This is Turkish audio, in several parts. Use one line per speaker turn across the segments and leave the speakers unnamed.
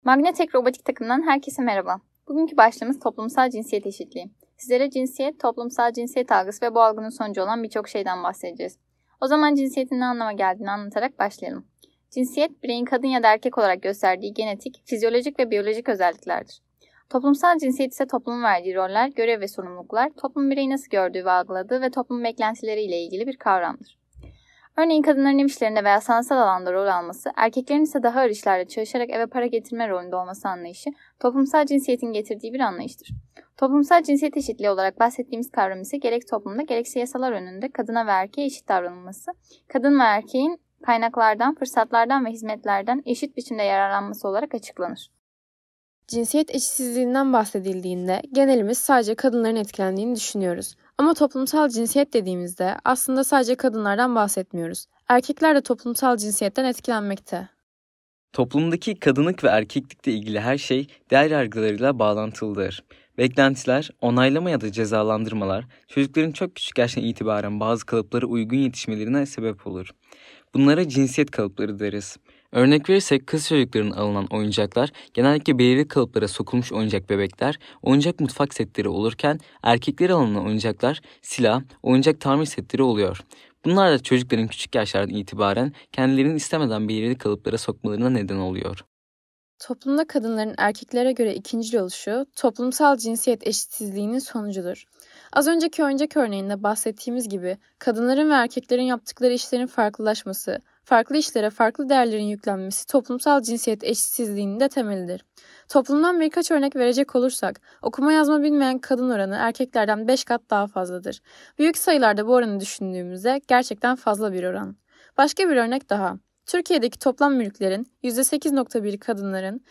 Magnetek Robotik takımından herkese merhaba. Bugünkü başlığımız toplumsal cinsiyet eşitliği. Sizlere cinsiyet, toplumsal cinsiyet algısı ve bu algının sonucu olan birçok şeyden bahsedeceğiz. O zaman cinsiyetin ne anlama geldiğini anlatarak başlayalım. Cinsiyet, bireyin kadın ya da erkek olarak gösterdiği genetik, fizyolojik ve biyolojik özelliklerdir. Toplumsal cinsiyet ise toplumun verdiği roller, görev ve sorumluluklar, toplum bireyi nasıl gördüğü ve algıladığı ve toplum beklentileriyle ilgili bir kavramdır. Örneğin kadınların ev işlerinde veya sanatsal alanda rol alması, erkeklerin ise daha ağır işlerde çalışarak eve para getirme rolünde olması anlayışı, toplumsal cinsiyetin getirdiği bir anlayıştır. Toplumsal cinsiyet eşitliği olarak bahsettiğimiz kavram ise gerek toplumda gerekse yasalar önünde kadına ve erkeğe eşit davranılması, kadın ve erkeğin kaynaklardan, fırsatlardan ve hizmetlerden eşit biçimde yararlanması olarak açıklanır.
Cinsiyet eşitsizliğinden bahsedildiğinde genelimiz sadece kadınların etkilendiğini düşünüyoruz. Ama toplumsal cinsiyet dediğimizde aslında sadece kadınlardan bahsetmiyoruz. Erkekler de toplumsal cinsiyetten etkilenmekte.
Toplumdaki kadınlık ve erkeklikle ilgili her şey değer yargılarıyla bağlantılıdır. Beklentiler, onaylama ya da cezalandırmalar çocukların çok küçük yaştan itibaren bazı kalıplara uygun yetişmelerine sebep olur. Bunlara cinsiyet kalıpları deriz. Örnek verirsek kız çocuklarının alınan oyuncaklar genellikle belirli kalıplara sokulmuş oyuncak bebekler, oyuncak mutfak setleri olurken erkeklere alınan oyuncaklar silah, oyuncak tamir setleri oluyor. Bunlar da çocukların küçük yaşlardan itibaren kendilerini istemeden belirli kalıplara sokmalarına neden oluyor.
Toplumda kadınların erkeklere göre ikincil oluşu toplumsal cinsiyet eşitsizliğinin sonucudur. Az önceki oyuncak örneğinde bahsettiğimiz gibi kadınların ve erkeklerin yaptıkları işlerin farklılaşması, farklı işlere farklı değerlerin yüklenmesi toplumsal cinsiyet eşitsizliğinin de temelidir. Toplumdan birkaç örnek verecek olursak, okuma yazma bilmeyen kadın oranı erkeklerden 5 kat daha fazladır. Büyük sayılarda bu oranı düşündüğümüzde gerçekten fazla bir oran. Başka bir örnek daha. Türkiye'deki toplam mülklerin %8.1'i kadınların,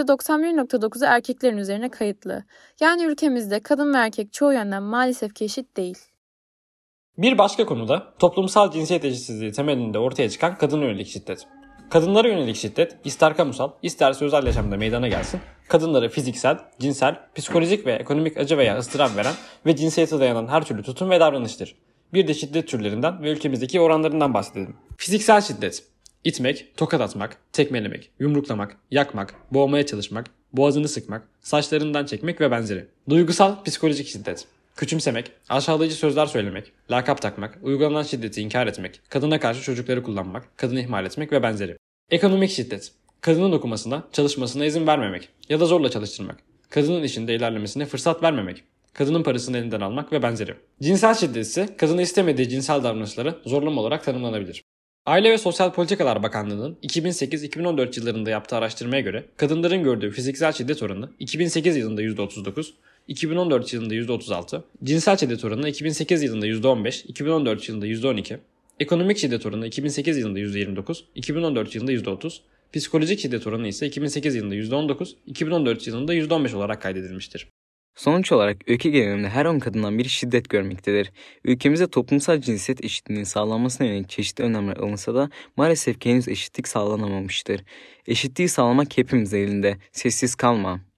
%91.9'u erkeklerin üzerine kayıtlı. Yani ülkemizde kadın ve erkek çoğu yönden maalesef ki eşit değil.
Bir başka konuda toplumsal cinsiyet eşitsizliği temelinde ortaya çıkan kadına yönelik şiddet. Kadınlara yönelik şiddet ister kamusal ister sözel yaşamda meydana gelsin, kadınlara fiziksel, cinsel, psikolojik ve ekonomik acı veya ıstırap veren ve cinsiyete dayanan her türlü tutum ve davranıştır. Bir de şiddet türlerinden ve ülkemizdeki oranlarından bahsedelim. Fiziksel şiddet. İtmek, tokat atmak, tekmelemek, yumruklamak, yakmak, boğmaya çalışmak, boğazını sıkmak, saçlarından çekmek ve benzeri. Duygusal, psikolojik şiddet. Küçümsemek, aşağılayıcı sözler söylemek, lakap takmak, uygulanan şiddeti inkar etmek, kadına karşı çocukları kullanmak, kadını ihmal etmek ve benzeri. Ekonomik şiddet. Kadının okumasına, çalışmasına izin vermemek ya da zorla çalıştırmak. Kadının işinde ilerlemesine fırsat vermemek. Kadının parasını elinden almak ve benzeri. Cinsel şiddet ise kadını istemediği cinsel davranışları zorlama olarak tanımlanabilir. Aile ve Sosyal Politikalar Bakanlığı'nın 2008-2014 yıllarında yaptığı araştırmaya göre kadınların gördüğü fiziksel şiddet oranı 2008 yılında %39, 2014 yılında %36, cinsel şiddet oranı 2008 yılında %15, 2014 yılında %12, ekonomik şiddet oranı 2008 yılında %29, 2014 yılında %30, psikolojik şiddet oranı ise 2008 yılında %19, 2014 yılında %15 olarak kaydedilmiştir.
Sonuç olarak ülke genelinde her 10 kadından biri şiddet görmektedir. Ülkemizde toplumsal cinsiyet eşitliğinin sağlanmasına yönelik çeşitli önlemler alınsa da maalesef ki henüz eşitlik sağlanamamıştır. Eşitliği sağlamak hepimizin elinde. Sessiz kalma.